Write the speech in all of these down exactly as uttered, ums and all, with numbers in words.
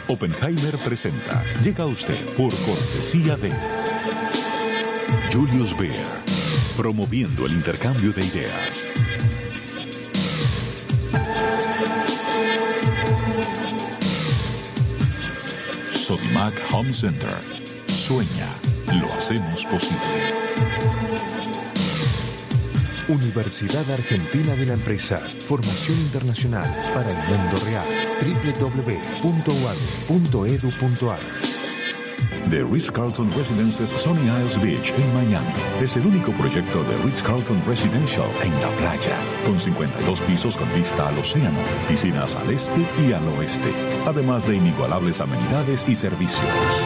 Oppenheimer presenta. Llega a usted por cortesía de Julius Baer, promoviendo el intercambio de ideas. Sodimac Home Center. Sueña, lo hacemos posible. Universidad Argentina de la Empresa. Formación internacional para el mundo real. doble u doble u doble u punto u a d e punto e d u punto a r. The Ritz-Carlton Residences Sunny Isles Beach en Miami es el único proyecto de Ritz-Carlton Residential en la playa, con cincuenta y dos pisos con vista al océano, piscinas al este y al oeste, además de inigualables amenidades y servicios.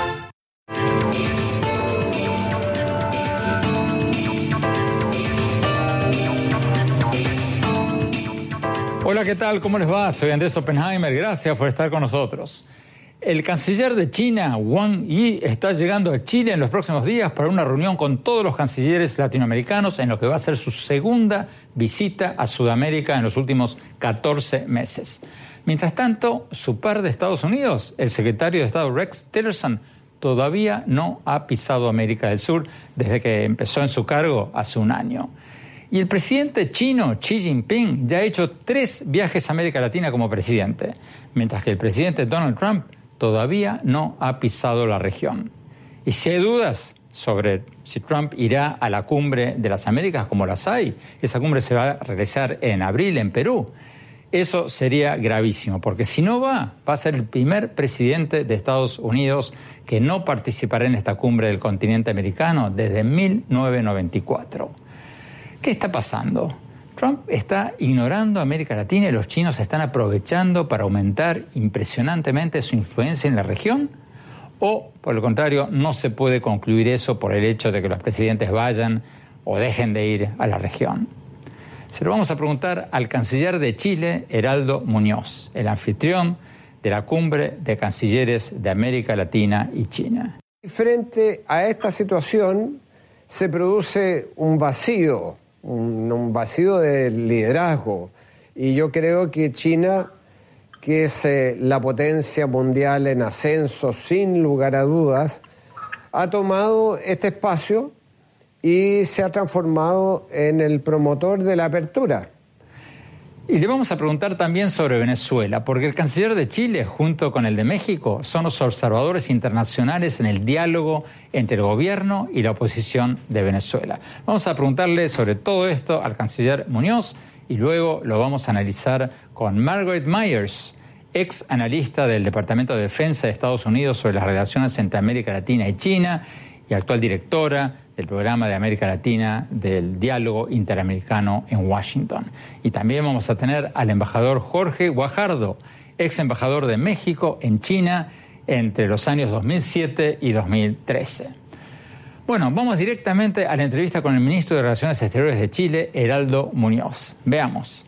Hola, ¿qué tal? ¿Cómo les va? Soy Andrés Oppenheimer. Gracias por estar con nosotros. El canciller de China, Wang Yi, está llegando a Chile en los próximos días para una reunión con todos los cancilleres latinoamericanos en lo que va a ser su segunda visita a Sudamérica en los últimos catorce meses. Mientras tanto, su par de Estados Unidos, el secretario de Estado Rex Tillerson, todavía no ha pisado América del Sur desde que empezó en su cargo hace un año. Y el presidente chino, Xi Jinping, ya ha hecho tres viajes a América Latina como presidente, mientras que el presidente Donald Trump todavía no ha pisado la región. Y si hay dudas sobre si Trump irá a la cumbre de las Américas, como las hay, esa cumbre se va a realizar en abril en Perú, eso sería gravísimo, porque si no va, va a ser el primer presidente de Estados Unidos que no participará en esta cumbre del continente americano desde mil novecientos noventa y cuatro. ¿Qué está pasando? Trump está ignorando a América Latina y los chinos están aprovechando para aumentar impresionantemente su influencia en la región. ¿O, por el contrario, no se puede concluir eso por el hecho de que los presidentes vayan o dejen de ir a la región? Se lo vamos a preguntar al canciller de Chile, Heraldo Muñoz, el anfitrión de la cumbre de cancilleres de América Latina y China. Frente a esta situación se produce un vacío. Un, un vacío de liderazgo, y yo creo que China, que es eh, la potencia mundial en ascenso sin lugar a dudas, ha tomado este espacio y se ha transformado en el promotor de la apertura. Y le vamos a preguntar también sobre Venezuela, porque el canciller de Chile, junto con el de México, son los observadores internacionales en el diálogo entre el gobierno y la oposición de Venezuela. Vamos a preguntarle sobre todo esto al canciller Muñoz y luego lo vamos a analizar con Margaret Myers, ex analista del Departamento de Defensa de Estados Unidos sobre las relaciones entre América Latina y China y actual directora del programa de América Latina del Diálogo Interamericano en Washington. Y también vamos a tener al embajador Jorge Guajardo, ex embajador de México en China entre los años dos mil siete y dos mil trece. Bueno, vamos directamente a la entrevista con el ministro de Relaciones Exteriores de Chile, Heraldo Muñoz. Veamos.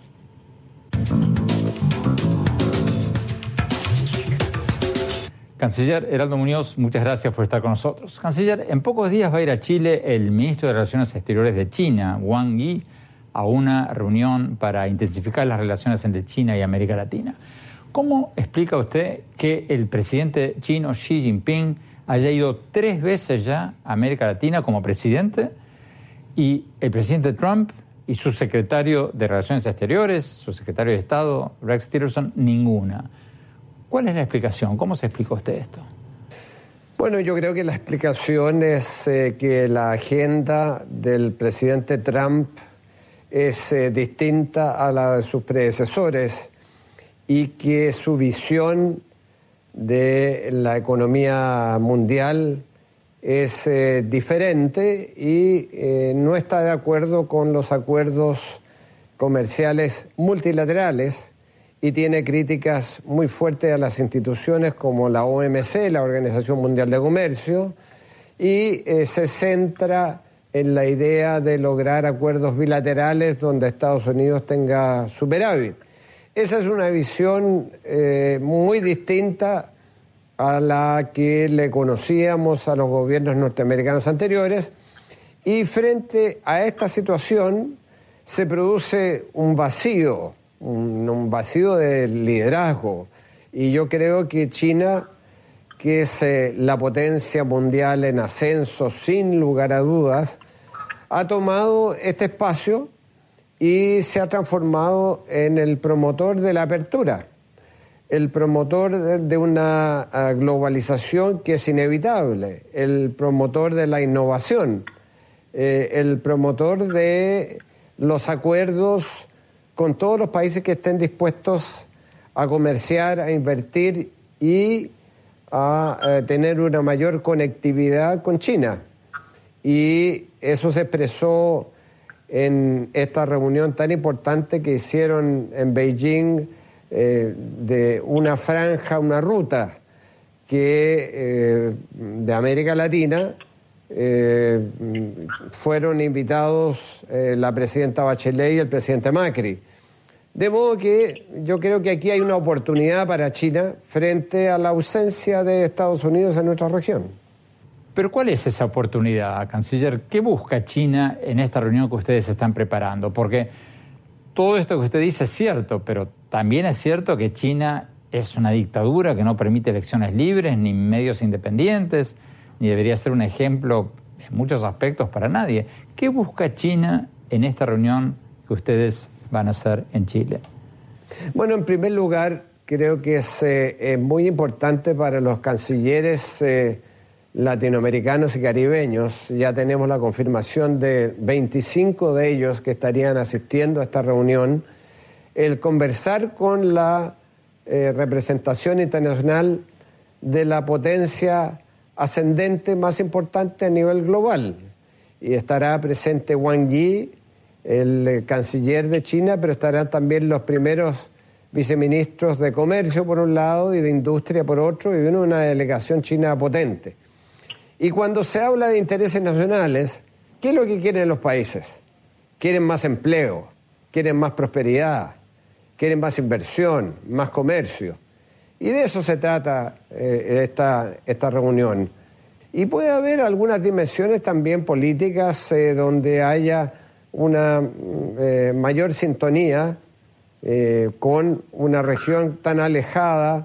Canciller Heraldo Muñoz, muchas gracias por estar con nosotros. Canciller, en pocos días va a ir a Chile el ministro de Relaciones Exteriores de China, Wang Yi, a una reunión para intensificar las relaciones entre China y América Latina. ¿Cómo explica usted que el presidente chino Xi Jinping haya ido tres veces ya a América Latina como presidente y el presidente Trump y su secretario de Relaciones Exteriores, su secretario de Estado, Rex Tillerson, ninguna? ¿Cuál es la explicación? ¿Cómo se explica usted esto? Bueno, yo creo que la explicación es eh, que la agenda del presidente Trump es eh, distinta a la de sus predecesores y que su visión de la economía mundial es eh, diferente y eh, no está de acuerdo con los acuerdos comerciales multilaterales y tiene críticas muy fuertes a las instituciones como la O M C, la Organización Mundial de Comercio, y eh, se centra en la idea de lograr acuerdos bilaterales donde Estados Unidos tenga superávit. Esa es una visión eh, muy distinta a la que le conocíamos a los gobiernos norteamericanos anteriores, y frente a esta situación se produce un vacío, un, un vacío de liderazgo, y yo creo que China que es eh, la potencia mundial en ascenso, sin lugar a dudas, ha tomado este espacio y se ha transformado en el promotor de la apertura, el promotor de una globalización que es inevitable, el promotor de la innovación, eh, el promotor de los acuerdos con todos los países que estén dispuestos a comerciar, a invertir y a eh, tener una mayor conectividad con China. Y eso se expresó en esta reunión tan importante que hicieron en Beijing, eh, de una franja, una ruta que eh, de América Latina eh, fueron invitados eh, la presidenta Bachelet y el presidente Macri. De modo que yo creo que aquí hay una oportunidad para China frente a la ausencia de Estados Unidos en nuestra región. Pero ¿cuál es esa oportunidad, canciller? ¿Qué busca China en esta reunión que ustedes están preparando? Porque todo esto que usted dice es cierto, pero también es cierto que China es una dictadura que no permite elecciones libres, ni medios independientes, ni debería ser un ejemplo en muchos aspectos para nadie. ¿Qué busca China en esta reunión que ustedes van a hacer en Chile? Bueno, en primer lugar, creo que es eh, muy importante para los cancilleres eh, latinoamericanos y caribeños. Ya tenemos la confirmación de veinticinco de ellos que estarían asistiendo a esta reunión, el conversar con la eh, representación internacional de la potencia ascendente más importante a nivel global. Y estará presente Wang Yi, el eh, canciller de China, pero estarán también los primeros viceministros de comercio por un lado y de industria por otro, y viene una delegación china potente. Y cuando se habla de intereses nacionales, ¿qué es lo que quieren los países? Quieren más empleo, quieren más prosperidad, quieren más inversión, más comercio. Y de eso se trata eh, esta, esta reunión. Y puede haber algunas dimensiones también políticas eh, donde haya una eh, mayor sintonía eh, con una región tan alejada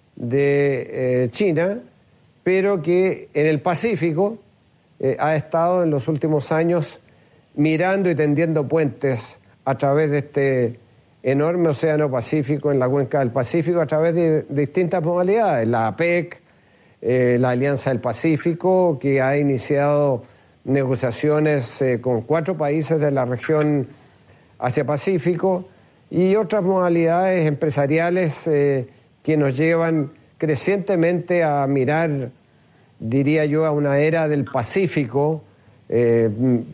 de eh, China, pero que en el Pacífico eh, ha estado en los últimos años mirando y tendiendo puentes a través de este enorme océano Pacífico, en la cuenca del Pacífico, a través de, de distintas modalidades. La APEC, eh, la Alianza del Pacífico, que ha iniciado negociaciones eh, con cuatro países de la región Asia-Pacífico, y otras modalidades empresariales eh, que nos llevan crecientemente a mirar, diría yo, a una era del Pacífico, eh,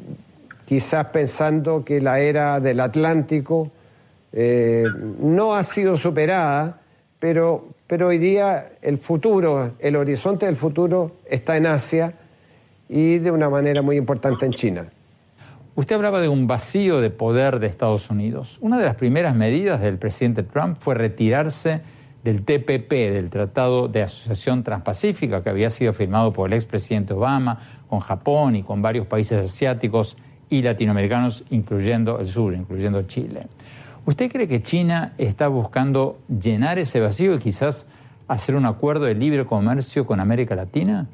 quizás pensando que la era del Atlántico eh, no ha sido superada, pero, pero hoy día el futuro, el horizonte del futuro está en Asia y de una manera muy importante en China. Usted hablaba de un vacío de poder de Estados Unidos. Una de las primeras medidas del presidente Trump fue retirarse del T P P, del Tratado de Asociación Transpacífica, que había sido firmado por el expresidente Obama con Japón y con varios países asiáticos y latinoamericanos, incluyendo el sur, incluyendo Chile. ¿Usted cree que China está buscando llenar ese vacío y quizás hacer un acuerdo de libre comercio con América Latina?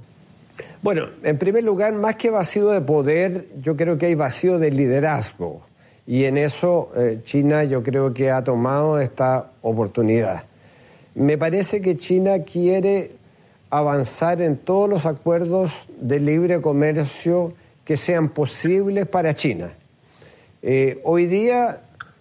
Bueno, en primer lugar, más que vacío de poder, yo creo que hay vacío de liderazgo. Y en eso eh, China yo creo que ha tomado esta oportunidad. Me parece que China quiere avanzar en todos los acuerdos de libre comercio que sean posibles para China. Eh, hoy día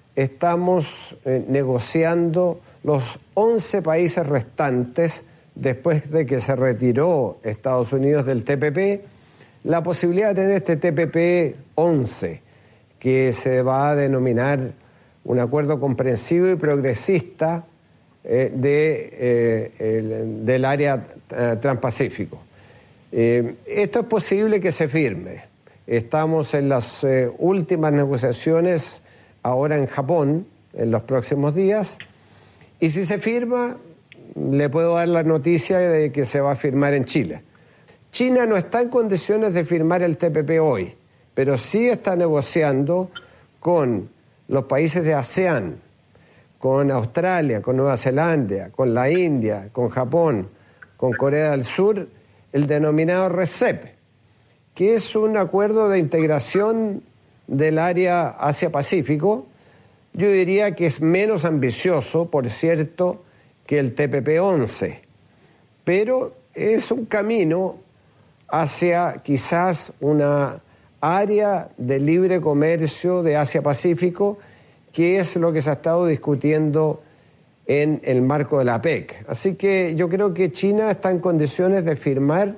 estamos eh, negociando los once países restantes, después de que se retiró Estados Unidos del T P P, la posibilidad de tener este T P P once, que se va a denominar un acuerdo comprensivo y progresista eh, de, eh, el, del área eh, transpacífico. Eh, esto es posible que se firme. Estamos en las eh, últimas negociaciones ahora en Japón, en los próximos días, y si se firma, le puedo dar la noticia de que se va a firmar en Chile. China no está en condiciones de firmar el T P P hoy, pero sí está negociando con los países de ASEAN, con Australia, con Nueva Zelanda, con la India, con Japón, con Corea del Sur el denominado RCEP, que es un acuerdo de integración del área Asia-Pacífico. Yo diría que es menos ambicioso, por cierto, que el T P P once, pero es un camino hacia quizás una área de libre comercio de Asia-Pacífico, que es lo que se ha estado discutiendo en el marco de la A P E C. Así que yo creo que China está en condiciones de firmar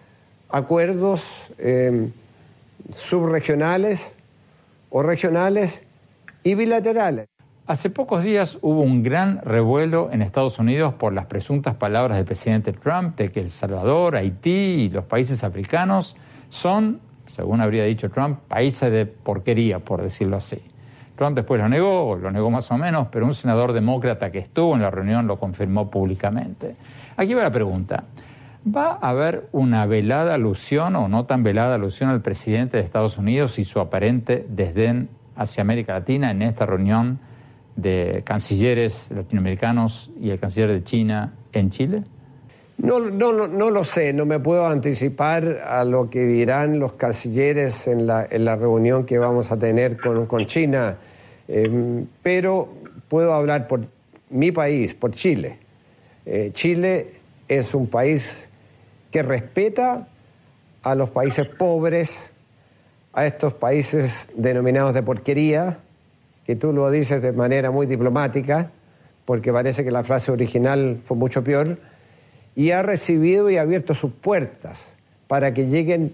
acuerdos eh, subregionales o regionales y bilaterales. Hace pocos días hubo un gran revuelo en Estados Unidos por las presuntas palabras del presidente Trump de que El Salvador, Haití y los países africanos son, según habría dicho Trump, países de porquería, por decirlo así. Trump después lo negó, o lo negó más o menos, pero un senador demócrata que estuvo en la reunión lo confirmó públicamente. Aquí va la pregunta. ¿Va a haber una velada alusión o no tan velada alusión al presidente de Estados Unidos y su aparente desdén hacia América Latina en esta reunión de cancilleres latinoamericanos y el canciller de China en Chile? No, no, no, no lo sé, no me puedo anticipar a lo que dirán los cancilleres en la, en la reunión que vamos a tener con, con China, eh, pero puedo hablar por mi país, por Chile. Eh, Chile es un país que respeta a los países pobres, a estos países denominados de porquería, que tú lo dices de manera muy diplomática, porque parece que la frase original fue mucho peor, y ha recibido y abierto sus puertas para que lleguen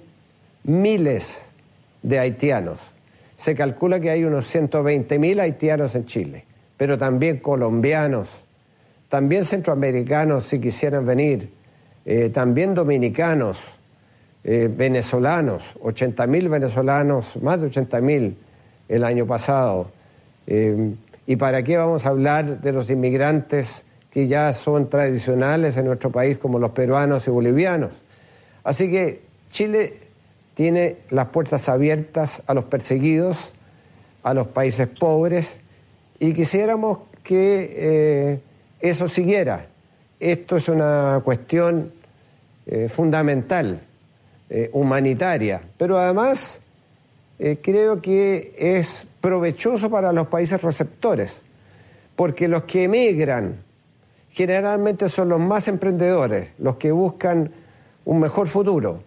miles de haitianos. Se calcula que hay unos ciento veinte mil haitianos en Chile, pero también colombianos, también centroamericanos si quisieran venir, eh, también dominicanos, eh, venezolanos, ochenta mil venezolanos, más de ochenta mil el año pasado. Eh, ¿Y para qué vamos a hablar de los inmigrantes que ya son tradicionales en nuestro país, como los peruanos y bolivianos? Así que Chile tiene las puertas abiertas a los perseguidos, a los países pobres, y quisiéramos que eh, eso siguiera. Esto es una cuestión eh, fundamental, eh, humanitaria, pero además eh, creo que es provechoso para los países receptores, porque los que emigran generalmente son los más emprendedores, los que buscan un mejor futuro.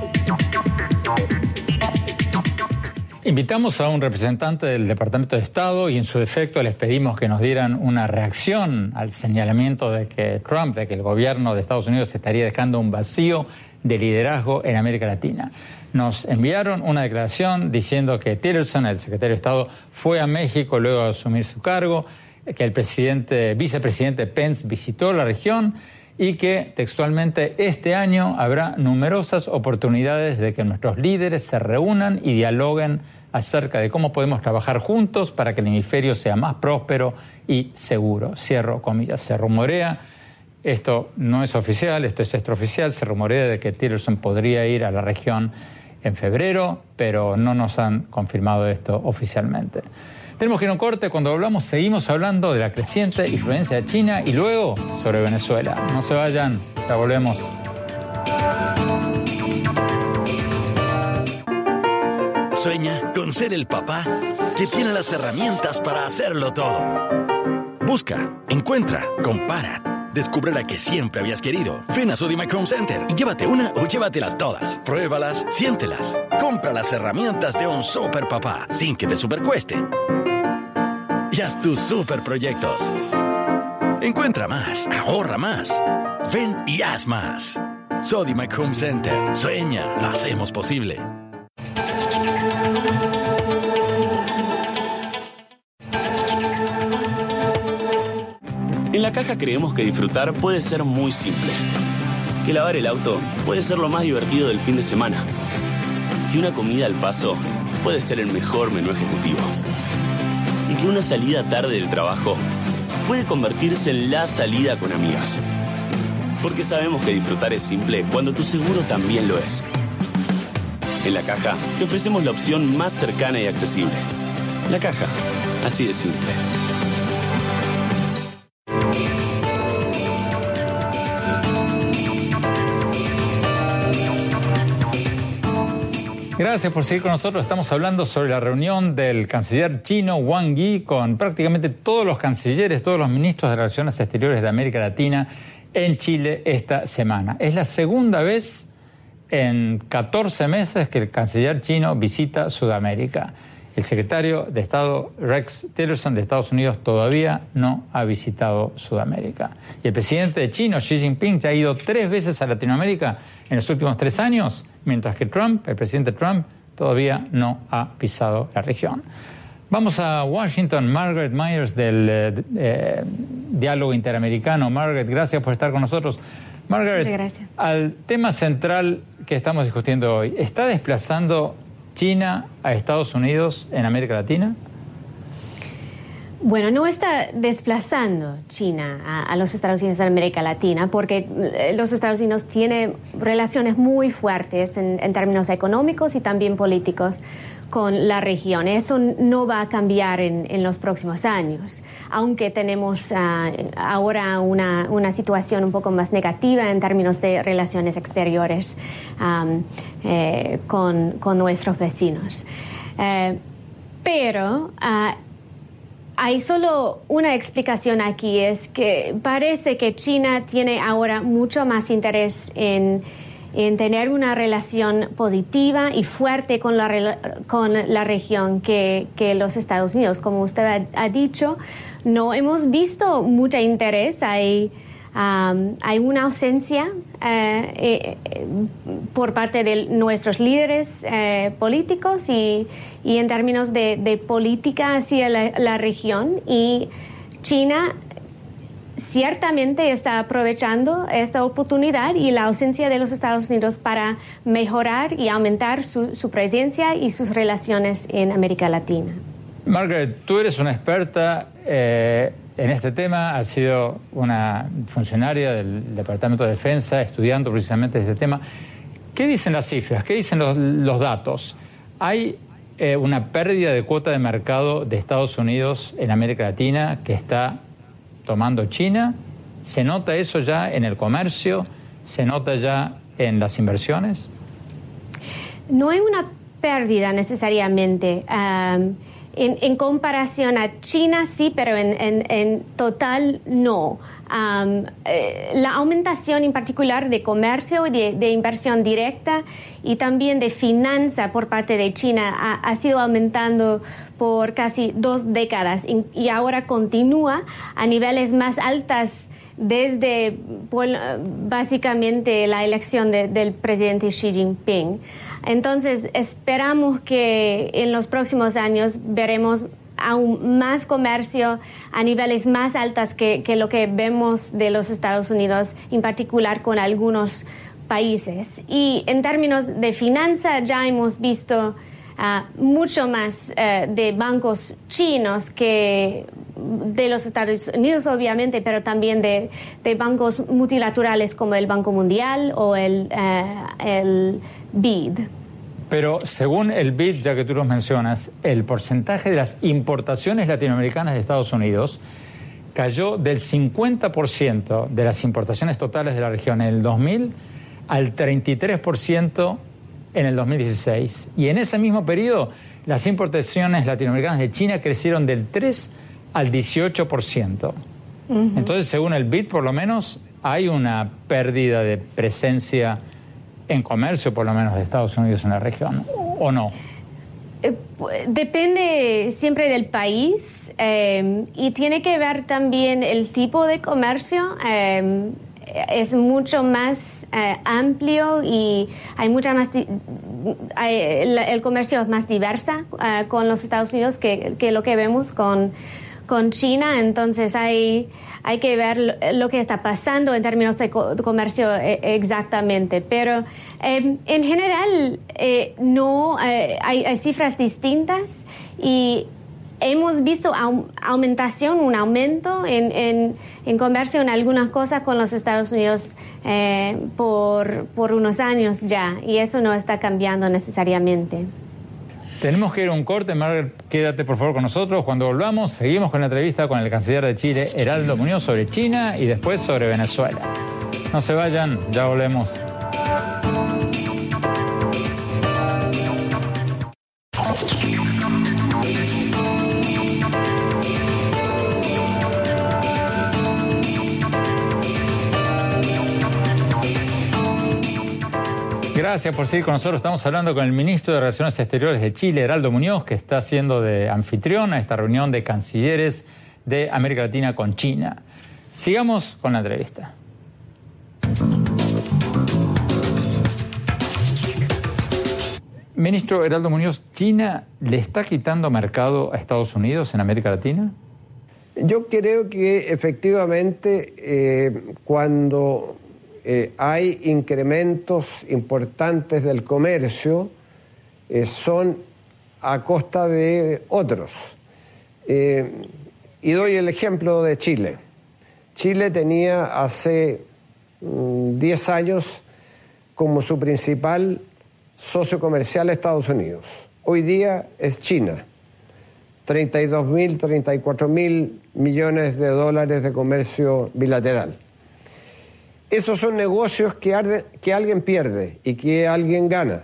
Invitamos a un representante del Departamento de Estado y en su defecto les pedimos que nos dieran una reacción al señalamiento de que Trump, de que el gobierno de Estados Unidos estaría dejando un vacío de liderazgo en América Latina. Nos enviaron una declaración diciendo que Tillerson, el secretario de Estado, fue a México luego de asumir su cargo, que el presidente, vicepresidente Pence visitó la región y que textualmente este año habrá numerosas oportunidades de que nuestros líderes se reúnan y dialoguen acerca de cómo podemos trabajar juntos para que el hemisferio sea más próspero y seguro. Cierro comillas. Se rumorea, esto no es oficial, esto es extraoficial, se rumorea de que Tillerson podría ir a la región en febrero, pero no nos han confirmado esto oficialmente. Tenemos que ir a un corte. Cuando hablamos, seguimos hablando de la creciente influencia de China y luego sobre Venezuela. No se vayan, ya volvemos. Sueña con ser el papá que tiene las herramientas para hacerlo todo. Busca, encuentra, compara. Descubre la que siempre habías querido. Ven a Sodimac Home Center y llévate una o llévatelas todas. Pruébalas, siéntelas. Compra las herramientas de un super papá sin que te supercueste. Y haz tus super proyectos. Encuentra más, ahorra más. Ven y haz más. Sodimac Home Center. Sueña, lo hacemos posible. En La Caja creemos que disfrutar puede ser muy simple. Que lavar el auto puede ser lo más divertido del fin de semana. Que una comida al paso puede ser el mejor menú ejecutivo. Y que una salida tarde del trabajo puede convertirse en la salida con amigas. Porque sabemos que disfrutar es simple cuando tu seguro también lo es. En La Caja te ofrecemos la opción más cercana y accesible. La Caja, así de simple. Gracias por seguir con nosotros. Estamos hablando sobre la reunión del canciller chino Wang Yi con prácticamente todos los cancilleres, todos los ministros de Relaciones Exteriores de América Latina en Chile esta semana. Es la segunda vez en catorce meses que el canciller chino visita Sudamérica. El secretario de Estado Rex Tillerson de Estados Unidos todavía no ha visitado Sudamérica. Y el presidente de China, Xi Jinping, ya ha ido tres veces a Latinoamérica en los últimos tres años, mientras que Trump, el presidente Trump, todavía no ha pisado la región. Vamos a Washington. Margaret Myers del eh, eh, Diálogo Interamericano. Margaret, gracias por estar con nosotros. Margaret, muchas gracias. Al tema central que estamos discutiendo hoy, ¿está desplazando China a Estados Unidos en América Latina? Bueno, no está desplazando China a, a los Estados Unidos en América Latina, porque los Estados Unidos tienen relaciones muy fuertes en, en términos económicos y también políticos con la región. Eso no va a cambiar en, en los próximos años, aunque tenemos uh, ahora una, una situación un poco más negativa en términos de relaciones exteriores um, eh, con, con nuestros vecinos. Eh, pero uh, hay solo una explicación aquí, es que parece que China tiene ahora mucho más interés en en tener una relación positiva y fuerte con la, con la región que, que los Estados Unidos. Como usted ha, ha dicho, no hemos visto mucho interés. Hay, um, hay una ausencia eh, eh, por parte de nuestros líderes eh, políticos y, y en términos de, de política hacia la, la región. Y China ciertamente está aprovechando esta oportunidad y la ausencia de los Estados Unidos para mejorar y aumentar su, su presencia y sus relaciones en América Latina. Margaret, tú eres una experta eh, en este tema, has sido una funcionaria del Departamento de Defensa estudiando precisamente este tema. ¿Qué dicen las cifras? ¿Qué dicen los, los datos? ¿Hay eh, una pérdida de cuota de mercado de Estados Unidos en América Latina que está tomando China? ¿Se nota eso ya en el comercio? ¿Se nota ya en las inversiones? No hay una pérdida necesariamente. Um, en, en comparación a China sí, pero en, en, en total no. Um, eh, la aumentación en particular de comercio, de, de inversión directa y también de finanza por parte de China ha, ha sido aumentando por casi dos décadas y, y ahora continúa a niveles más altos desde bueno, básicamente la elección de, del presidente Xi Jinping. Entonces esperamos que en los próximos años veremos aún más comercio a niveles más altos que, que lo que vemos de los Estados Unidos, en particular con algunos países. Y en términos de finanzas ya hemos visto uh, mucho más uh, de bancos chinos que de los Estados Unidos, obviamente, pero también de, de bancos multilaterales como el Banco Mundial o el, uh, el B I D. Pero según el B I D, ya que tú los mencionas, el porcentaje de las importaciones latinoamericanas de Estados Unidos cayó del cincuenta por ciento de las importaciones totales de la región en el dos mil al treinta y tres por ciento en el dos mil dieciséis. Y en ese mismo periodo, las importaciones latinoamericanas de China crecieron del tres al dieciocho por ciento. Uh-huh. Entonces, según el B I D, por lo menos, hay una pérdida de presencia en comercio, por lo menos, de Estados Unidos en la región, ¿o no? Eh, depende siempre del país eh, y tiene que ver también el tipo de comercio. Eh, es mucho más eh, amplio y hay mucha más di- hay, el, el comercio es más diversa eh, con los Estados Unidos que, que lo que vemos con, con China. Entonces hay Hay que ver lo, lo que está pasando en términos de, co- de comercio eh, exactamente. Pero eh, en general eh, no eh, hay, hay cifras distintas y hemos visto aum- aumentación, un aumento en, en, en comercio en algunas cosas con los Estados Unidos eh, por, por unos años ya, y eso no está cambiando necesariamente. Tenemos que ir a un corte. Margaret, quédate por favor con nosotros. Cuando volvamos, seguimos con la entrevista con el canciller de Chile, Heraldo Muñoz, sobre China y después sobre Venezuela. No se vayan, ya volvemos. Gracias por seguir con nosotros. Estamos hablando con el ministro de Relaciones Exteriores de Chile, Heraldo Muñoz, que está haciendo de anfitrión a esta reunión de cancilleres de América Latina con China. Sigamos con la entrevista. Ministro Heraldo Muñoz, ¿China le está quitando mercado a Estados Unidos en América Latina? Yo creo que efectivamente eh, cuando eh, hay incrementos importantes del comercio eh, son a costa de otros. Eh, y doy el ejemplo de Chile. Chile tenía hace mm, diez años como su principal socio comercial a Estados Unidos. Hoy día es China. treinta y dos mil, treinta y cuatro mil millones de dólares de comercio bilateral. Esos son negocios que, arde, que alguien pierde y que alguien gana.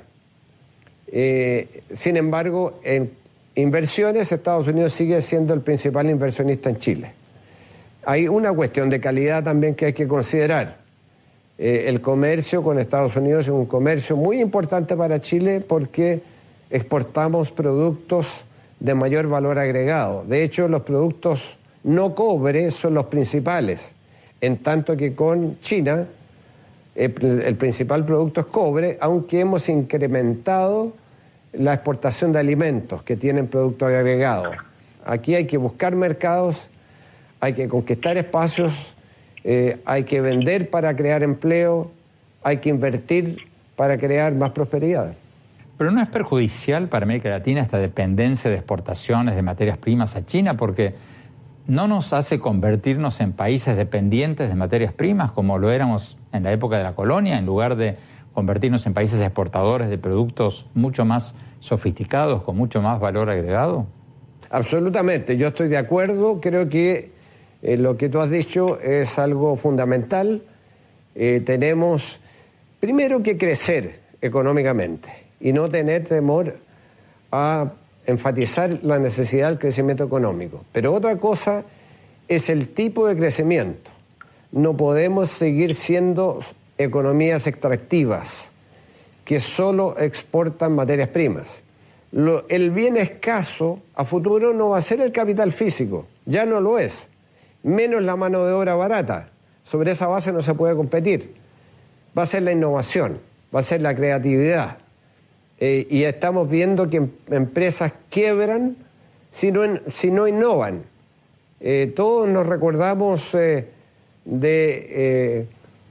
Eh, sin embargo, en inversiones, Estados Unidos sigue siendo el principal inversionista en Chile. Hay una cuestión de calidad también que hay que considerar. Eh, el comercio con Estados Unidos es un comercio muy importante para Chile porque exportamos productos de mayor valor agregado. De hecho, los productos no cobre son los principales, en tanto que con China eh, el principal producto es cobre, aunque hemos incrementado la exportación de alimentos que tienen producto agregado. Aquí hay que buscar mercados, hay que conquistar espacios, eh, hay que vender para crear empleo, hay que invertir para crear más prosperidad. Pero ¿no es perjudicial para América Latina esta dependencia de exportaciones de materias primas a China? Porque no nos hace convertirnos en países dependientes de materias primas como lo éramos en la época de la colonia, en lugar de convertirnos en países exportadores de productos mucho más sofisticados, con mucho más valor agregado. Absolutamente, yo estoy de acuerdo. Creo que eh, lo que tú has dicho es algo fundamental. Eh, tenemos primero que crecer económicamente y no tener temor a enfatizar la necesidad del crecimiento económico. Pero otra cosa es el tipo de crecimiento. No podemos seguir siendo economías extractivas que solo exportan materias primas. Lo, el bien escaso a futuro no va a ser el capital físico, ya no lo es, menos la mano de obra barata. Sobre esa base no se puede competir. Va a ser la innovación, va a ser la creatividad. Eh, y estamos viendo que em- empresas quiebran si no, en, si no innovan. Eh, todos nos recordamos eh, de eh,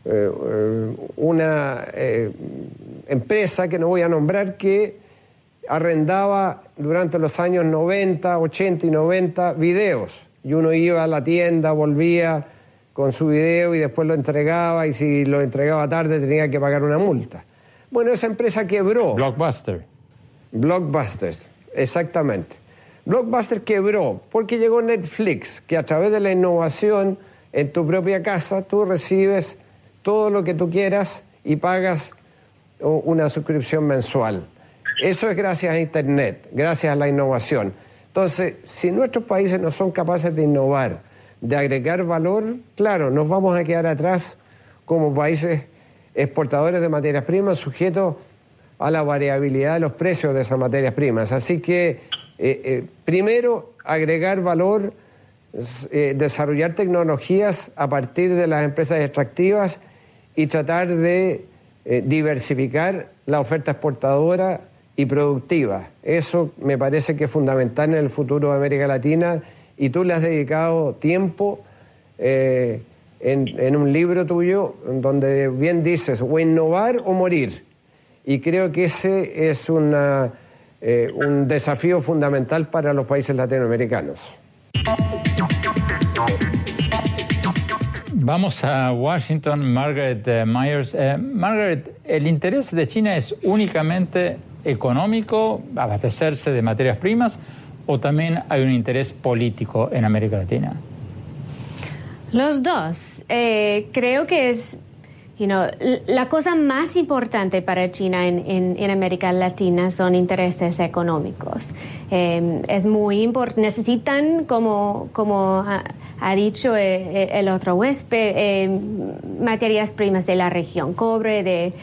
eh, una eh, empresa que no voy a nombrar que arrendaba durante los años noventa, ochenta y noventa videos. Y uno iba a la tienda, volvía con su video y después lo entregaba, y si lo entregaba tarde tenía que pagar una multa. Bueno, esa empresa quebró. Blockbuster. Blockbuster, exactamente. Blockbuster quebró porque llegó Netflix, que a través de la innovación en tu propia casa tú recibes todo lo que tú quieras y pagas una suscripción mensual. Eso es gracias a Internet, gracias a la innovación. Entonces, si nuestros países no son capaces de innovar, de agregar valor, claro, nos vamos a quedar atrás como países exportadores de materias primas sujetos a la variabilidad de los precios de esas materias primas. Así que, eh, eh, primero, agregar valor, eh, desarrollar tecnologías a partir de las empresas extractivas y tratar de eh, diversificar la oferta exportadora y productiva. Eso me parece que es fundamental en el futuro de América Latina, y tú le has dedicado tiempo eh, en, en un libro tuyo donde bien dices, o innovar o morir. Y creo que ese es una, eh, un desafío fundamental para los países latinoamericanos. Vamos a Washington, Margaret eh, Myers. Eh, Margaret, ¿el interés de China es únicamente económico, abastecerse de materias primas, o también hay un interés político en América Latina? Los dos. Eh, creo que es you know, la cosa más importante para China en, en, en América Latina son intereses económicos. Eh, es muy importante. Necesitan, como, como ha, ha dicho el, el otro huésped, eh, materias primas de la región, cobre, de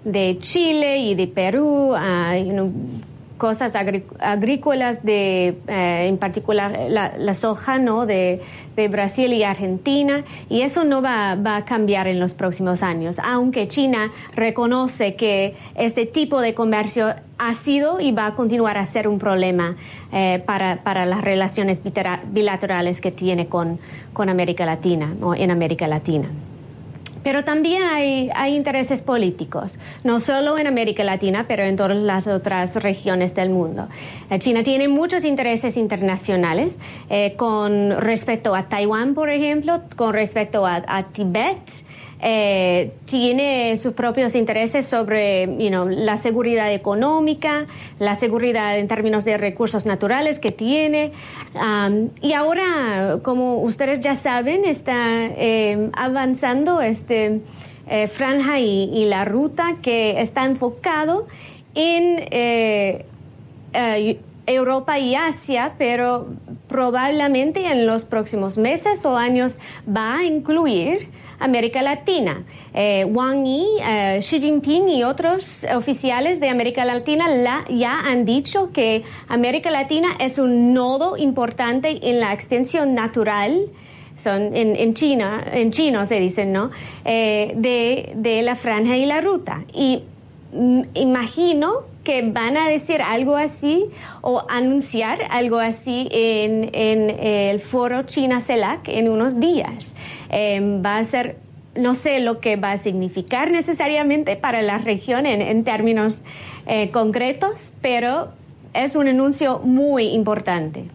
de Chile y de Perú, uh, you know, cosas agri- agrícolas, de, eh, en particular la, la soja, ¿no? de, de Brasil y Argentina, y eso no va, va a cambiar en los próximos años, aunque China reconoce que este tipo de comercio ha sido y va a continuar a ser un problema eh, para, para las relaciones bilaterales que tiene con, con América Latina, ¿no? en América Latina. Pero también hay, hay intereses políticos, no solo en América Latina, pero en todas las otras regiones del mundo. China tiene muchos intereses internacionales eh, con respecto a Taiwán, por ejemplo, con respecto a, a Tibet. Eh, tiene sus propios intereses sobre you know, la seguridad económica, la seguridad en términos de recursos naturales que tiene. Um, y ahora, como ustedes ya saben, está eh, avanzando este eh, franja y, y la ruta que está enfocado en eh, eh, Europa y Asia, pero probablemente en los próximos meses o años va a incluir América Latina. Eh, Wang Yi, eh, Xi Jinping y otros oficiales de América Latina la, ya han dicho que América Latina es un nodo importante en la extensión natural, son en, en China, en chino se dicen, ¿no? Eh, de, de la franja y la ruta. Y mm, imagino que van a decir algo así o anunciar algo así en, en el foro China-CELAC en unos días. Eh, va a ser, no sé lo que va a significar necesariamente para la región en, en términos eh, concretos, pero es un anuncio muy importante.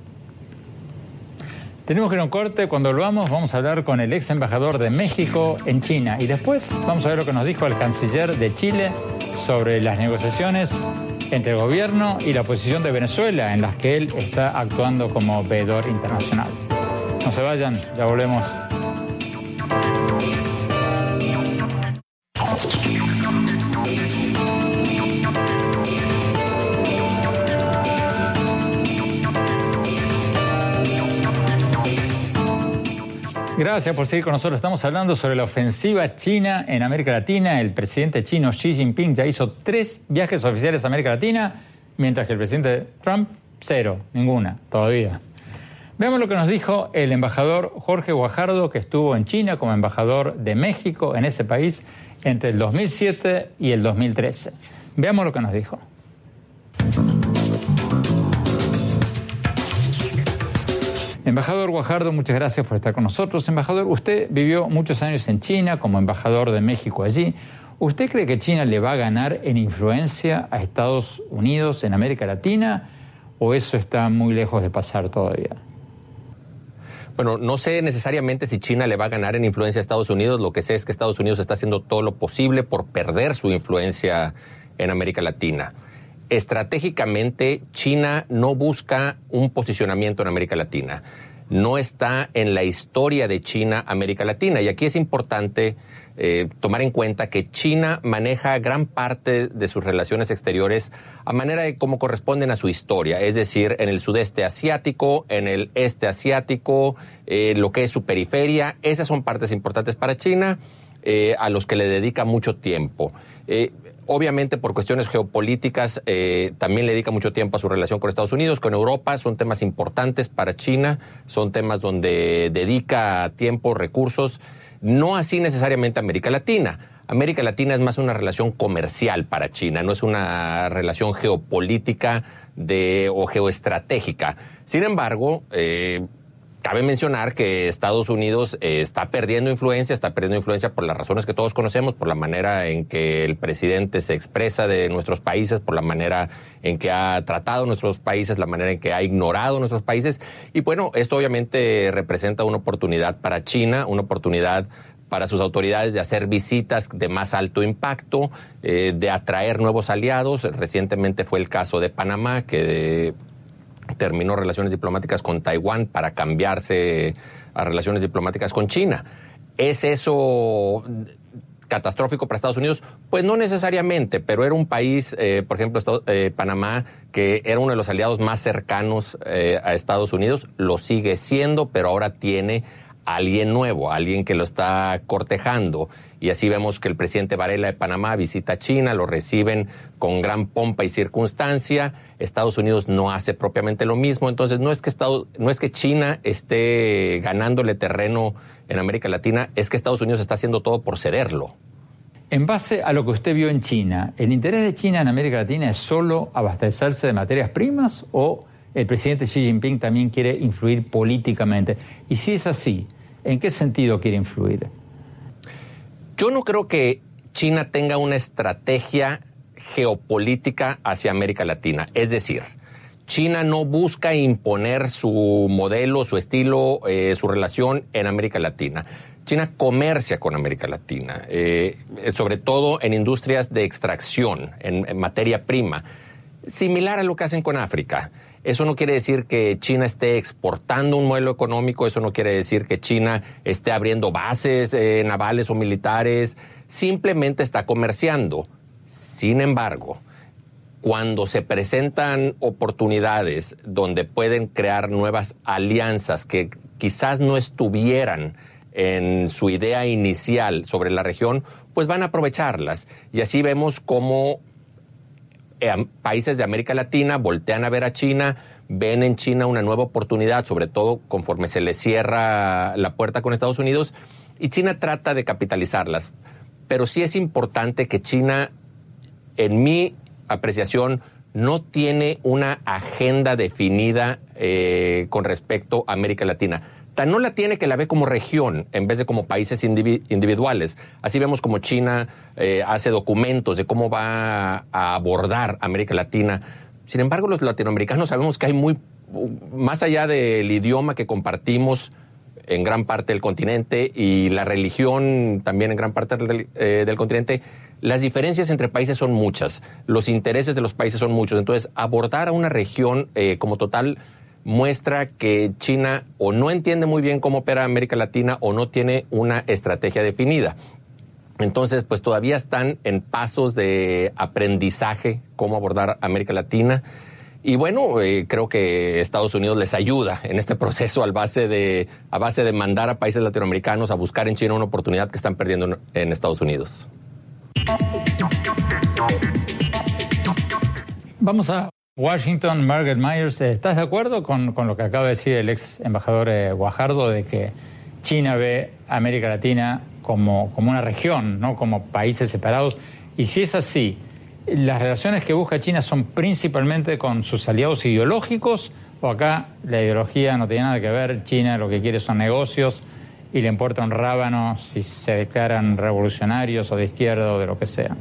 Tenemos que ir a un corte. Cuando volvamos vamos a hablar con el ex embajador de México en China y después vamos a ver lo que nos dijo el canciller de Chile sobre las negociaciones entre el gobierno y la oposición de Venezuela en las que él está actuando como veedor internacional. No se vayan, ya volvemos. Gracias por seguir con nosotros. Estamos hablando sobre la ofensiva china en América Latina. El presidente chino Xi Jinping ya hizo tres viajes oficiales a América Latina, mientras que el presidente Trump, cero, ninguna, todavía. Veamos lo que nos dijo el embajador Jorge Guajardo, que estuvo en China como embajador de México en ese país entre el dos mil siete y el dos mil trece. Veamos lo que nos dijo. Embajador Guajardo, muchas gracias por estar con nosotros. Embajador, usted vivió muchos años en China como embajador de México allí. ¿Usted cree que China le va a ganar en influencia a Estados Unidos en América Latina o eso está muy lejos de pasar todavía? Bueno, no sé necesariamente si China le va a ganar en influencia a Estados Unidos. Lo que sé es que Estados Unidos está haciendo todo lo posible por perder su influencia en América Latina. Estratégicamente, China no busca un posicionamiento en América Latina. No está en la historia de China América Latina. Y aquí es importante eh, tomar en cuenta que China maneja gran parte de sus relaciones exteriores a manera de cómo corresponden a su historia. Es decir, en el sudeste asiático, en el este asiático, eh, lo que es su periferia. Esas son partes importantes para China, eh, a los que le dedica mucho tiempo. Eh, Obviamente, por cuestiones geopolíticas, eh, también le dedica mucho tiempo a su relación con Estados Unidos, con Europa. Son temas importantes para China, son temas donde dedica tiempo, recursos. No así necesariamente América Latina. América Latina es más una relación comercial para China, no es una relación geopolítica de, o geoestratégica. Sin embargo, eh, cabe mencionar que Estados Unidos eh, está perdiendo influencia, está perdiendo influencia por las razones que todos conocemos, por la manera en que el presidente se expresa de nuestros países, por la manera en que ha tratado nuestros países, la manera en que ha ignorado nuestros países. Y bueno, esto obviamente representa una oportunidad para China, una oportunidad para sus autoridades de hacer visitas de más alto impacto, eh, de atraer nuevos aliados. Recientemente fue el caso de Panamá, que de, terminó relaciones diplomáticas con Taiwán para cambiarse a relaciones diplomáticas con China. ¿Es eso catastrófico para Estados Unidos? Pues no necesariamente, pero era un país, eh, por ejemplo, Estado, eh, Panamá, que era uno de los aliados más cercanos eh, a Estados Unidos, lo sigue siendo, pero ahora tiene alguien nuevo, alguien que lo está cortejando. Y así vemos que el presidente Varela de Panamá visita China, lo reciben con gran pompa y circunstancia. Estados Unidos no hace propiamente lo mismo. Entonces, no es que Estados, no es que China esté ganándole terreno en América Latina, es que Estados Unidos está haciendo todo por cederlo. En base a lo que usted vio en China, ¿el interés de China en América Latina es solo abastecerse de materias primas o el presidente Xi Jinping también quiere influir políticamente? Y si es así, ¿en qué sentido quiere influir? Yo no creo que China tenga una estrategia geopolítica hacia América Latina. Es decir, China no busca imponer su modelo, su estilo, eh, su relación en América Latina. China comercia con América Latina, eh, sobre todo en industrias de extracción, en, en materia prima, similar a lo que hacen con África. Eso no quiere decir que China esté exportando un modelo económico, eso no quiere decir que China esté abriendo bases eh, navales o militares, simplemente está comerciando. Sin embargo, cuando se presentan oportunidades donde pueden crear nuevas alianzas que quizás no estuvieran en su idea inicial sobre la región, pues van a aprovecharlas. Y así vemos cómo eh, países de América Latina voltean a ver a China, ven en China una nueva oportunidad, sobre todo conforme se le cierra la puerta con Estados Unidos, y China trata de capitalizarlas. Pero sí es importante que China, en mi apreciación, no tiene una agenda definida eh, con respecto a América Latina. Tan no la tiene que la ve como región en vez de como países individu- individuales. Así vemos como China eh, hace documentos de cómo va a abordar América Latina. Sin embargo, los latinoamericanos sabemos que hay muy, más allá del idioma que compartimos en gran parte del continente y la religión también en gran parte del, eh, del continente, las diferencias entre países son muchas, los intereses de los países son muchos. Entonces, abordar a una región eh, como total muestra que China o no entiende muy bien cómo opera América Latina o no tiene una estrategia definida. Entonces, pues todavía están en pasos de aprendizaje cómo abordar América Latina. Y bueno, eh, creo que Estados Unidos les ayuda en este proceso al base de, a base de mandar a países latinoamericanos a buscar en China una oportunidad que están perdiendo en, en Estados Unidos. Vamos a Washington. Margaret Myers, ¿estás de acuerdo con, con lo que acaba de decir el ex embajador eh, Guajardo de que China ve a América Latina como, como una región, no como países separados? Y si es así, ¿las relaciones que busca China son principalmente con sus aliados ideológicos o acá la ideología no tiene nada que ver? China lo que quiere son negocios y le importa un rábano si se declaran revolucionarios o de izquierda o de lo que sea.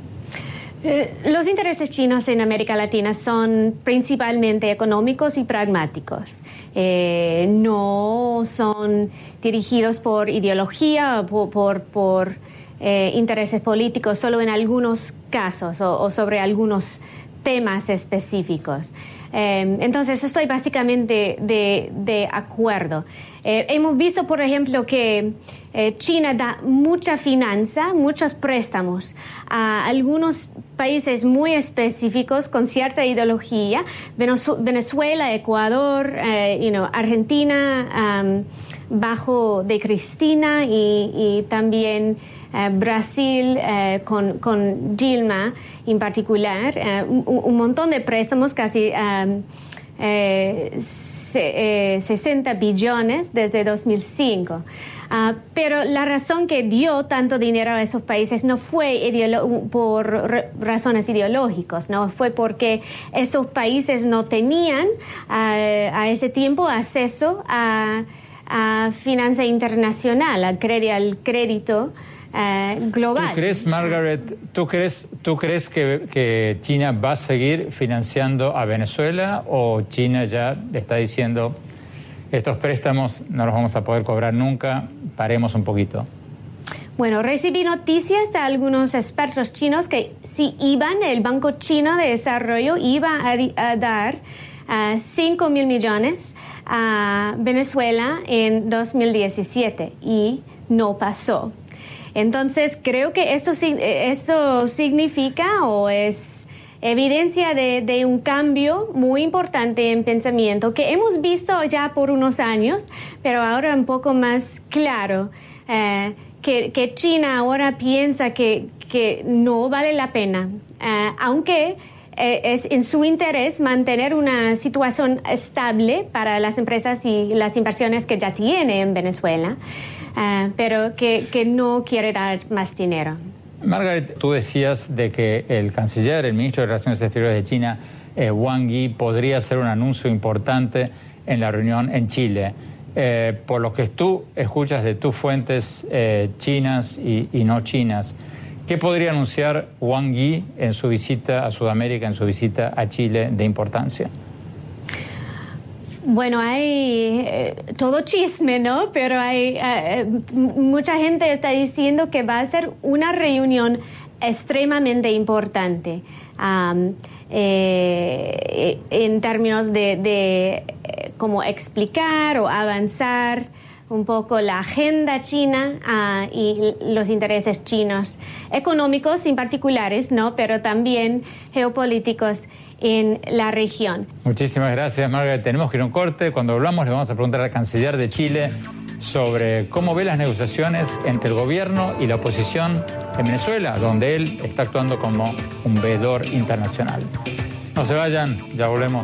Eh, los intereses chinos en América Latina son principalmente económicos y pragmáticos. Eh, no son dirigidos por ideología o por, por, por eh, intereses políticos, solo en algunos casos o, o sobre algunos temas específicos. Eh, entonces, estoy básicamente de, de acuerdo. Eh, hemos visto, por ejemplo, que eh, China da mucha finanza, muchos préstamos a algunos países muy específicos con cierta ideología, Venezuela, Ecuador, eh, you know, Argentina, um, bajo de Cristina y, y también eh, Brasil eh, con, con Dilma en particular, eh, un, un montón de préstamos, casi um, eh, se, eh, sesenta billones desde dos mil cinco. Uh, pero la razón que dio tanto dinero a esos países no fue ideolo- por re- razones ideológicas, no fue porque esos países no tenían uh, a ese tiempo acceso a, a finanza internacional, al crédito, al crédito uh, global. ¿Tú crees, Margaret, tú crees, tú crees que, que China va a seguir financiando a Venezuela o China ya está diciendo estos préstamos no los vamos a poder cobrar nunca, paremos un poquito? Bueno, recibí noticias de algunos expertos chinos que si iban, el Banco Chino de Desarrollo iba a, a dar uh, cinco mil millones a Venezuela en dos mil diecisiete y no pasó. Entonces, creo que esto, esto significa o es evidencia de, de un cambio muy importante en pensamiento que hemos visto ya por unos años, pero ahora un poco más claro, eh, que, que China ahora piensa que, que no vale la pena, eh, aunque eh, es en su interés mantener una situación estable para las empresas y las inversiones que ya tiene en Venezuela, eh, pero que, que no quiere dar más dinero. Margaret, tú decías de que el canciller, el ministro de Relaciones Exteriores de China, eh, Wang Yi, podría hacer un anuncio importante en la reunión en Chile. Eh, por lo que tú escuchas de tus fuentes eh, chinas y, y no chinas, ¿qué podría anunciar Wang Yi en su visita a Sudamérica, en su visita a Chile de importancia? Bueno, hay eh, todo chisme, ¿no? Pero hay eh, mucha gente está diciendo que va a ser una reunión extremadamente importante um, eh, en términos de, de eh, cómo explicar o avanzar un poco la agenda china uh, y los intereses chinos, económicos en particulares, ¿no? Pero también geopolíticos en la región. Muchísimas gracias, Margaret. Tenemos que ir a un corte. Cuando volvamos le vamos a preguntar al canciller de Chile sobre cómo ve las negociaciones entre el gobierno y la oposición en Venezuela, donde él está actuando como un veedor internacional. No se vayan, ya volvemos.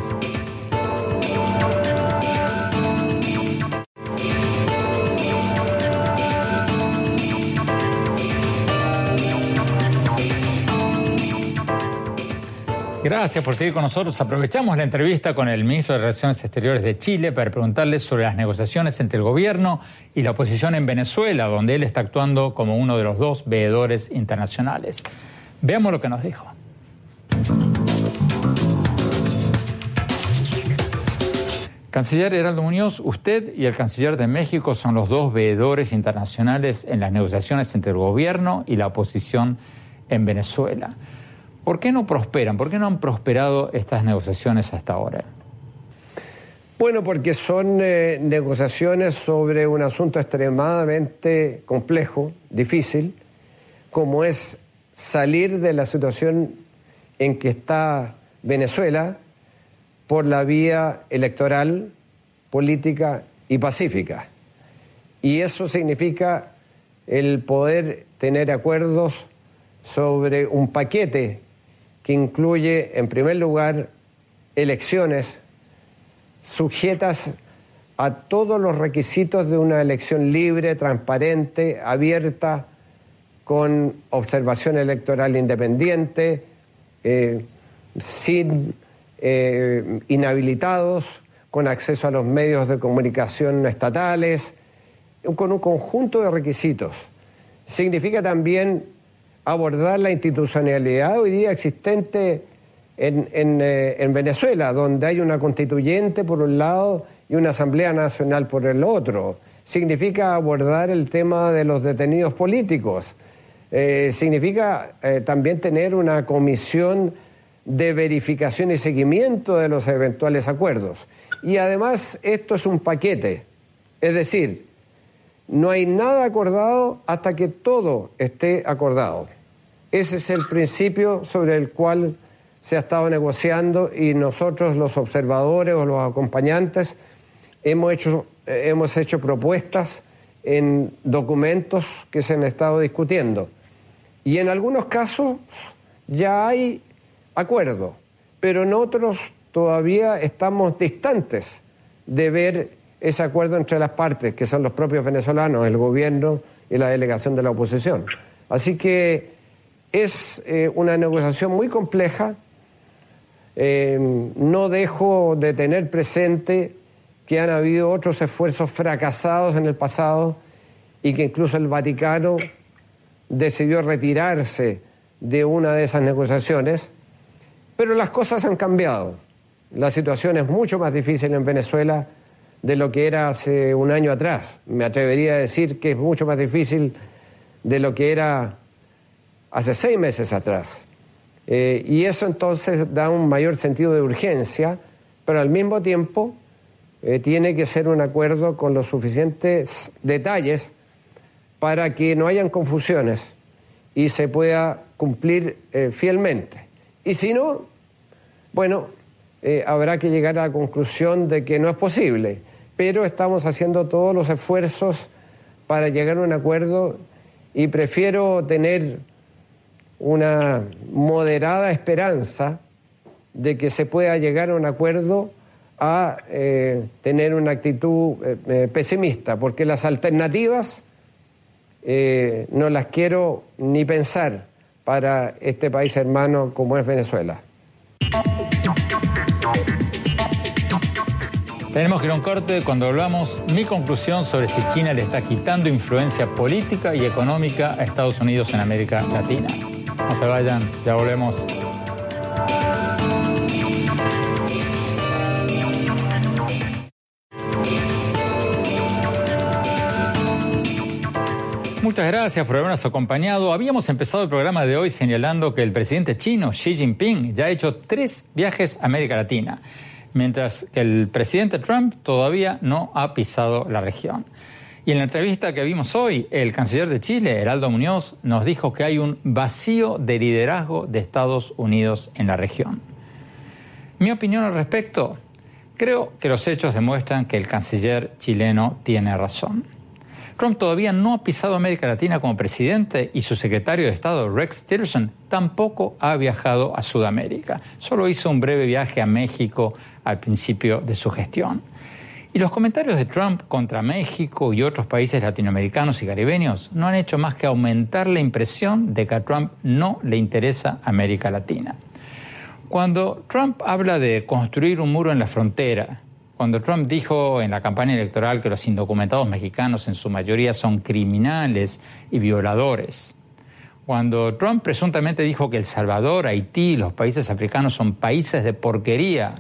Gracias por seguir con nosotros. Aprovechamos la entrevista con el ministro de Relaciones Exteriores de Chile para preguntarle sobre las negociaciones entre el gobierno y la oposición en Venezuela, donde él está actuando como uno de los dos veedores internacionales. Veamos lo que nos dijo. Canciller Heraldo Muñoz, usted y el canciller de México son los dos veedores internacionales en las negociaciones entre el gobierno y la oposición en Venezuela. ¿Por qué no prosperan? ¿Por qué no han prosperado estas negociaciones hasta ahora? Bueno, porque son eh, negociaciones sobre un asunto extremadamente complejo, difícil, como es salir de la situación en que está Venezuela por la vía electoral, política y pacífica. Y eso significa el poder tener acuerdos sobre un paquete que incluye, en primer lugar, elecciones sujetas a todos los requisitos de una elección libre, transparente, abierta, con observación electoral independiente, eh, sin eh, inhabilitados, con acceso a los medios de comunicación estatales, con un conjunto de requisitos. Significa también abordar la institucionalidad hoy día existente en, en, eh, en Venezuela, donde hay una constituyente por un lado y una Asamblea Nacional por el otro. Significa abordar el tema de los detenidos políticos. Eh, significa eh, también tener una comisión de verificación y seguimiento de los eventuales acuerdos. Y además esto es un paquete, es decir, no hay nada acordado hasta que todo esté acordado. Ese es el principio sobre el cual se ha estado negociando y nosotros, los observadores o los acompañantes, hemos hecho, eh, hemos hecho propuestas en documentos que se han estado discutiendo. Y en algunos casos ya hay acuerdo, pero en otros todavía estamos distantes de ver ese acuerdo entre las partes, que son los propios venezolanos, el gobierno y la delegación de la oposición. Así que es eh, una negociación muy compleja. Eh, no dejo de tener presente que han habido otros esfuerzos fracasados en el pasado y que incluso el Vaticano decidió retirarse de una de esas negociaciones, pero las cosas han cambiado. La situación es mucho más difícil en Venezuela de lo que era hace un año atrás. Me atrevería a decir que es mucho más difícil de lo que era hace seis meses atrás. Eh, y eso entonces da un mayor sentido de urgencia, pero al mismo tiempo eh, tiene que ser un acuerdo con los suficientes detalles para que no hayan confusiones y se pueda cumplir eh, fielmente. Y si no, bueno, eh, habrá que llegar a la conclusión de que no es posible, pero estamos haciendo todos los esfuerzos para llegar a un acuerdo y prefiero tener una moderada esperanza de que se pueda llegar a un acuerdo a eh, tener una actitud eh, eh, pesimista, porque las alternativas eh, no las quiero ni pensar para este país hermano como es Venezuela. Tenemos que ir a un corte. Cuando hablamos, mi conclusión sobre si China le está quitando influencia política y económica a Estados Unidos en América Latina. No se vayan, ya volvemos. Muchas gracias por habernos acompañado. Habíamos empezado el programa de hoy señalando que el presidente chino, Xi Jinping, ya ha hecho tres viajes a América Latina, mientras que el presidente Trump todavía no ha pisado la región. Y en la entrevista que vimos hoy, el canciller de Chile, Heraldo Muñoz, nos dijo que hay un vacío de liderazgo de Estados Unidos en la región. Mi opinión al respecto, creo que los hechos demuestran que el canciller chileno tiene razón. Trump todavía no ha pisado América Latina como presidente y su secretario de Estado, Rex Tillerson, tampoco ha viajado a Sudamérica. Solo hizo un breve viaje a México al principio de su gestión. Y los comentarios de Trump contra México y otros países latinoamericanos y caribeños no han hecho más que aumentar la impresión de que a Trump no le interesa América Latina. Cuando Trump habla de construir un muro en la frontera, cuando Trump dijo en la campaña electoral que los indocumentados mexicanos en su mayoría son criminales y violadores, cuando Trump presuntamente dijo que El Salvador, Haití y los países africanos son países de porquería,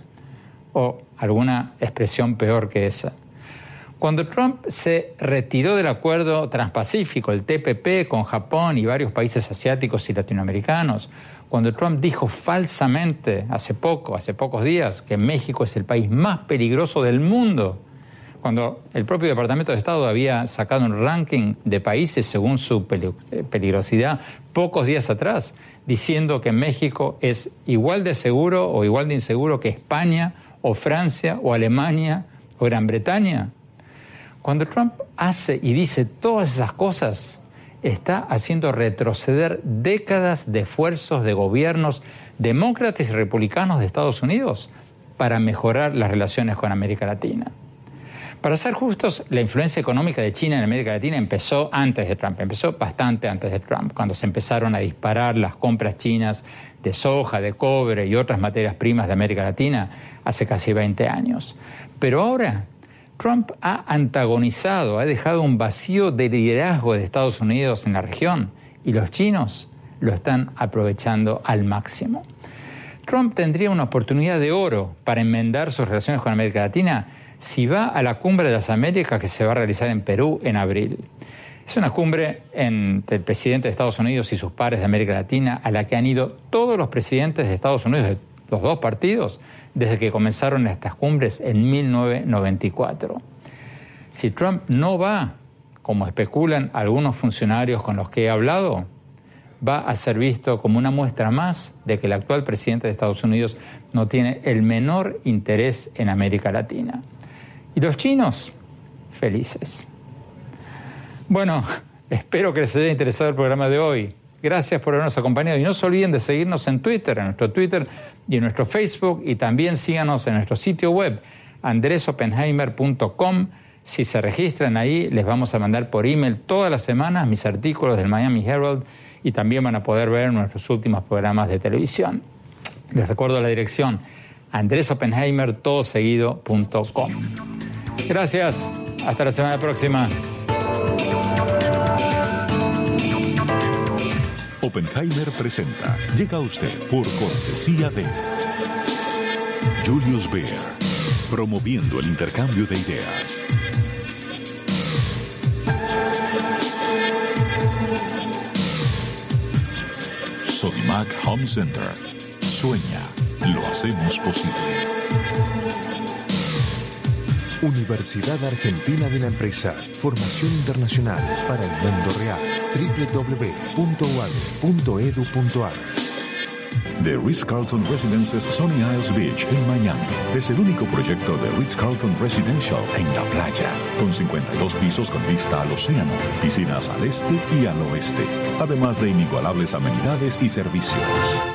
o alguna expresión peor que esa, cuando Trump se retiró del acuerdo transpacífico, el T P P, con Japón y varios países asiáticos y latinoamericanos, cuando Trump dijo falsamente hace poco, hace pocos días, que México es el país más peligroso del mundo, cuando el propio Departamento de Estado había sacado un ranking de países según su peligrosidad pocos días atrás, diciendo que México es igual de seguro o igual de inseguro que España o Francia o Alemania o Gran Bretaña. Cuando Trump hace y dice todas esas cosas, está haciendo retroceder décadas de esfuerzos de gobiernos demócratas y republicanos de Estados Unidos para mejorar las relaciones con América Latina. Para ser justos, la influencia económica de China en América Latina empezó antes de Trump, empezó bastante antes de Trump, cuando se empezaron a disparar las compras chinas de soja, de cobre y otras materias primas de América Latina hace casi veinte años. Pero ahora Trump ha antagonizado, ha dejado un vacío de liderazgo de Estados Unidos en la región y los chinos lo están aprovechando al máximo. Trump tendría una oportunidad de oro para enmendar sus relaciones con América Latina si va a la Cumbre de las Américas que se va a realizar en Perú en abril. Es una cumbre entre el presidente de Estados Unidos y sus pares de América Latina a la que han ido todos los presidentes de Estados Unidos, de los dos partidos, desde que comenzaron estas cumbres en mil novecientos noventa y cuatro. Si Trump no va, como especulan algunos funcionarios con los que he hablado, va a ser visto como una muestra más de que el actual presidente de Estados Unidos no tiene el menor interés en América Latina. Y los chinos, felices. Bueno, espero que les haya interesado el programa de hoy. Gracias por habernos acompañado y no se olviden de seguirnos en Twitter, en nuestro Twitter y en nuestro Facebook, y también síganos en nuestro sitio web andres oppenheimer punto com. Si se registran ahí, les vamos a mandar por email todas las semanas mis artículos del Miami Herald y también van a poder ver nuestros últimos programas de televisión. Les recuerdo la dirección andres oppenheimer todo seguido punto com. Gracias, hasta la semana próxima. Oppenheimer presenta. Llega a usted por cortesía de Julius Baer, promoviendo el intercambio de ideas. Sodimac Home Center. Sueña, lo hacemos posible. Universidad Argentina de la Empresa. Formación internacional para el mundo real. doble u doble u doble u punto u a d e punto e d u punto a r The Ritz-Carlton Residences Sunny Isles Beach en Miami es el único proyecto de Ritz-Carlton Residential en la playa, con cincuenta y dos pisos con vista al océano, piscinas al este y al oeste, además de inigualables amenidades y servicios.